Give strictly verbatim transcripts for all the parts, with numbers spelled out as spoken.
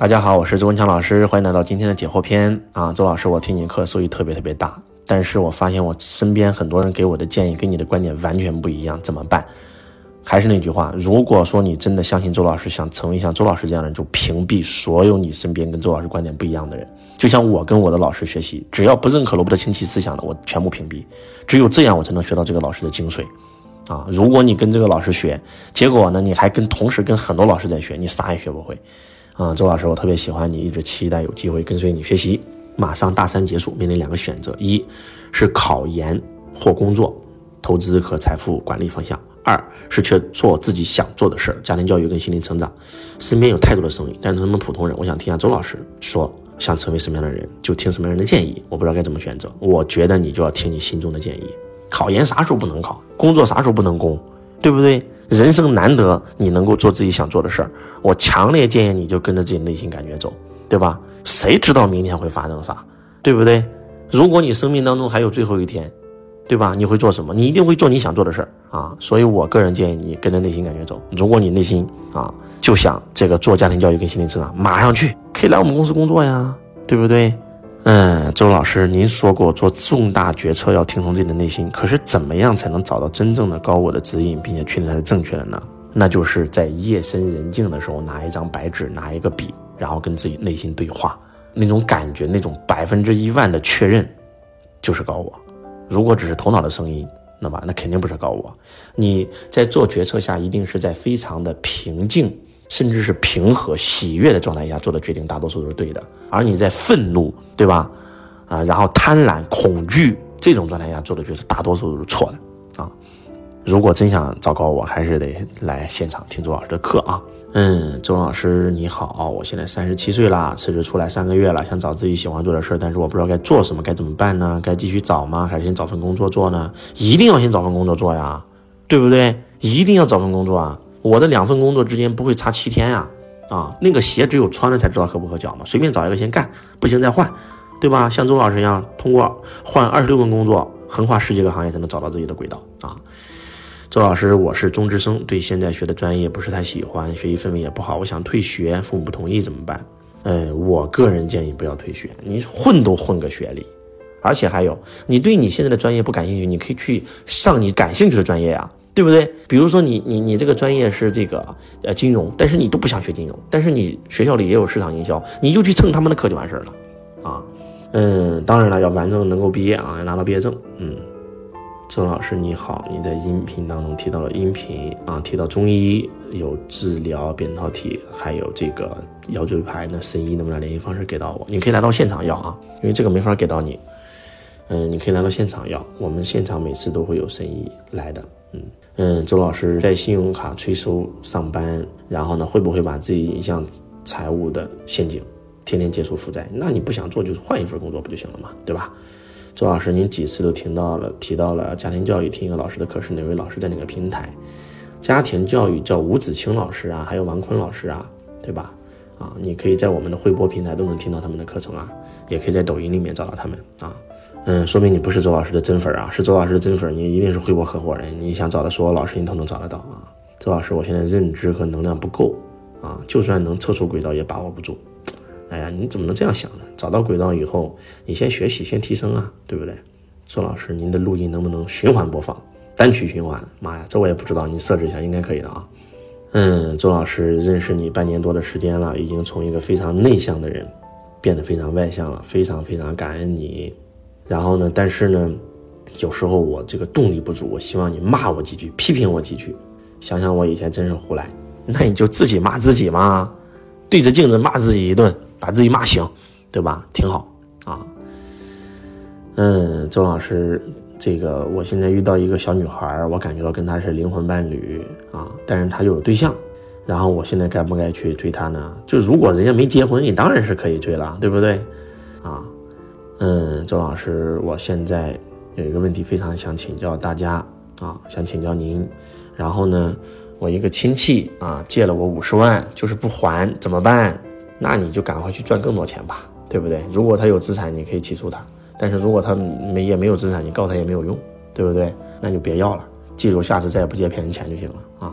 大家好，我是周文强老师，欢迎来到今天的解惑篇啊。周老师，我听你课收益特别特别大，但是我发现我身边很多人给我的建议跟你的观点完全不一样，怎么办？还是那句话，如果说你真的相信周老师，想成为像周老师这样的人，就屏蔽所有你身边跟周老师观点不一样的人。就像我跟我的老师学习，只要不认可罗伯特清崎思想的，我全部屏蔽，只有这样我才能学到这个老师的精髓啊！如果你跟这个老师学，结果呢你还跟同时跟很多老师在学，你啥也学不会啊！周老师，我特别喜欢你，一直期待有机会跟随你学习。马上大三结束，面临两个选择：一是考研或工作，投资和财富管理方向；二是去做自己想做的事儿，家庭教育跟心灵成长。身边有太多的声音，但是他们普通人，我想听一下周老师说，想成为什么样的人，就听什么样的建议。我不知道该怎么选择，我觉得你就要听你心中的建议。考研啥时候不能考？工作啥时候不能攻？对不对？人生难得你能够做自己想做的事儿，我强烈建议你就跟着自己内心感觉走，对吧？谁知道明天会发生啥，对不对？如果你生命当中还有最后一天，对吧？你会做什么？你一定会做你想做的事儿啊！所以我个人建议你跟着内心感觉走。如果你内心啊就想这个做家庭教育跟心灵成长，马上去，可以来我们公司工作呀，对不对？嗯，周老师，您说过做重大决策要听从自己的内心，可是怎么样才能找到真正的高我的指引，并且确定它是正确的呢？那就是在夜深人静的时候，拿一张白纸，拿一个笔，然后跟自己内心对话，那种感觉，那种百分之一万的确认，就是高我。如果只是头脑的声音，那么那肯定不是高我。你在做决策下，一定是在非常的平静，甚至是平和喜悦的状态下做的决定，大多数都是对的。而你在愤怒，对吧？啊，然后贪婪、恐惧这种状态下做的决策，大多数都是错的啊。如果真想找高我，还是得来现场听周老师的课啊。嗯，周老师你好，我现在三十七岁啦，辞职出来三个月了，想找自己喜欢做的事，但是我不知道该做什么，该怎么办呢？该继续找吗？还是先找份工作做呢？一定要先找份工作做呀，对不对？一定要找份工作啊！我的两份工作之间不会差七天呀，啊，那个鞋只有穿了才知道合不合脚嘛，随便找一个先干，不行再换，对吧？像周老师一样，通过换二十六份工作，横跨十几个行业才能找到自己的轨道啊。周老师，我是中职生，对现在学的专业不是太喜欢，学习氛围也不好，我想退学，父母不同意怎么办？呃，我个人建议不要退学，你混都混个学历，而且还有，你对你现在的专业不感兴趣，你可以去上你感兴趣的专业啊，对不对？比如说你你你这个专业是这个呃金融，但是你都不想学金融，但是你学校里也有市场营销，你就去蹭他们的课就完事儿了啊。嗯，当然了，要完整能够毕业啊，要拿到毕业证，嗯。周老师你好，你在音频当中提到了音频啊，提到中医有治疗扁桃体，还有这个腰椎盘的肾医，能不能联系方式给到我？你可以来到现场要啊，因为这个没法给到你。嗯，你可以来到现场要，我们现场每次都会有肾医来的。嗯嗯，周老师在信用卡催收上班，然后呢会不会把自己引向财务的陷阱，天天接触负债？那你不想做，就是换一份工作不就行了嘛，对吧？周老师，您几次都听到了提到了家庭教育，听一个老师的课是哪位老师在哪个平台？家庭教育叫吴子清老师啊，还有王坤老师啊，对吧？啊，你可以在我们的汇播平台都能听到他们的课程啊，也可以在抖音里面找到他们啊。嗯，说明你不是周老师的真粉啊，是周老师的真粉，你一定是汇播合伙人，你想找的所有老师你都能找得到啊。周老师，我现在认知和能量不够啊，就算能测出轨道也把握不住。哎呀，你怎么能这样想呢？找到轨道以后，你先学习，先提升啊，对不对？周老师，您的录音能不能循环播放，单曲循环？妈呀，这我也不知道，你设置一下，应该可以的啊。嗯，周老师，认识你半年多的时间了，已经从一个非常内向的人变得非常外向了，非常非常感恩你。然后呢，但是呢，有时候我这个动力不足，我希望你骂我几句，批评我几句。想想我以前真是胡来，那你就自己骂自己嘛，对着镜子骂自己一顿。把自己骂醒，对吧？挺好啊。嗯，周老师，这个我现在遇到一个小女孩，我感觉到跟她是灵魂伴侣啊，但是她又有对象，然后我现在该不该去追她呢？就如果人家没结婚，你当然是可以追了，对不对？啊，嗯，周老师，我现在有一个问题非常想请教大家啊，想请教您。然后呢，我一个亲戚啊借了我五十万，就是不还，怎么办？那你就赶快去赚更多钱吧，对不对？如果他有资产，你可以起诉他；但是如果他没也没有资产，你告他也没有用，对不对？那就别要了。记住，下次再也不借骗人钱就行了啊。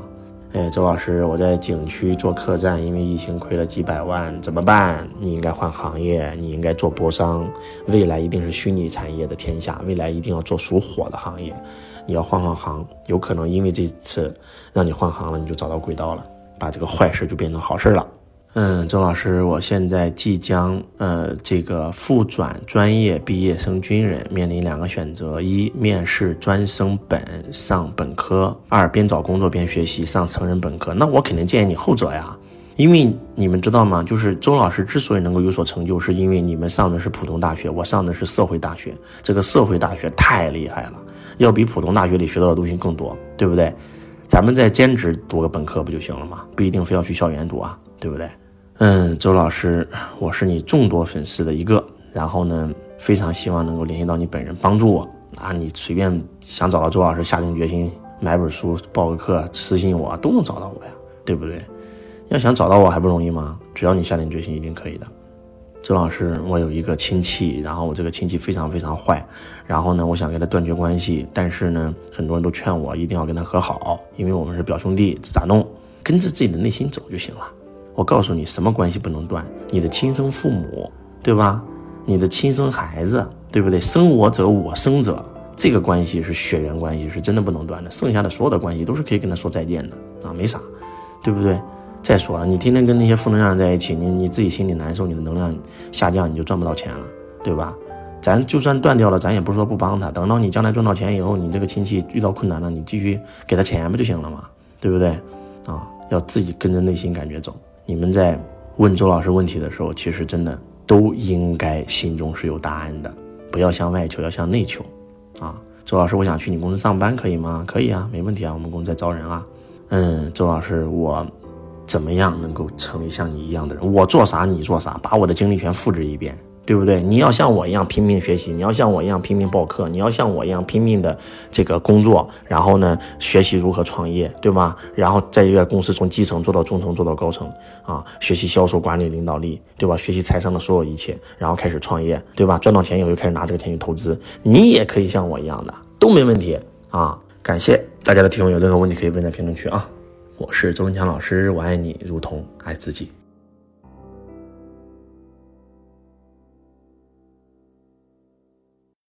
哎，周老师，我在景区做客栈，因为疫情亏了几百万，怎么办？你应该换行业，你应该做播商，未来一定是虚拟产业的天下，未来一定要做属火的行业，你要换换行，有可能因为这次让你换行了，你就找到轨道了，把这个坏事就变成好事了。嗯，周老师，我现在即将呃这个复转专业毕业生军人，面临两个选择：一、面试专升本上本科；二、边找工作边学习上成人本科。那我肯定建议你后者呀，因为你们知道吗？就是周老师之所以能够有所成就，是因为你们上的是普通大学，我上的是社会大学，这个社会大学太厉害了，要比普通大学里学到的东西更多，对不对？咱们在兼职读个本科不就行了吗？不一定非要去校园读啊，对不对？嗯，周老师，我是你众多粉丝的一个，然后呢，非常希望能够联系到你本人，帮助我啊！你随便想找到周老师，下定决心买本书、报个课、私信我，都能找到我呀，对不对？要想找到我还不容易吗？只要你下定决心，一定可以的。周老师，我有一个亲戚，然后我这个亲戚非常非常坏，然后呢，我想跟他断绝关系，但是呢，很多人都劝我一定要跟他和好，因为我们是表兄弟，这咋弄？跟着自己的内心走就行了。我告诉你，什么关系不能断？你的亲生父母，对吧？你的亲生孩子，对不对？生我者我生者，这个关系是血缘关系，是真的不能断的。剩下的所有的关系都是可以跟他说再见的啊，没啥，对不对？再说了，你天天跟那些负能量在一起，你你自己心里难受，你的能量下降，你就赚不到钱了，对吧？咱就算断掉了，咱也不是说不帮他，等到你将来赚到钱以后，你这个亲戚遇到困难了，你继续给他钱不就行了吗？对不对？啊，要自己跟着内心感觉走。你们在问周老师问题的时候，其实真的都应该心中是有答案的，不要向外求，要向内求啊。周老师，我想去你公司上班可以吗？可以啊，没问题啊，我们公司在招人啊。嗯，周老师，我怎么样能够成为像你一样的人？我做啥你做啥，把我的经历全复制一遍，对不对？你要像我一样拼命学习，你要像我一样拼命报课，你要像我一样拼命的这个工作，然后呢学习如何创业，对吧？然后在一个公司从基层做到中层做到高层啊，学习销售管理领导力，对吧？学习财商的所有一切，然后开始创业，对吧？赚到钱以后又开始拿这个钱去投资，你也可以像我一样的，都没问题啊！感谢大家的提问，有任何问题可以问在评论区啊。我是周文强老师，我爱你如同爱自己。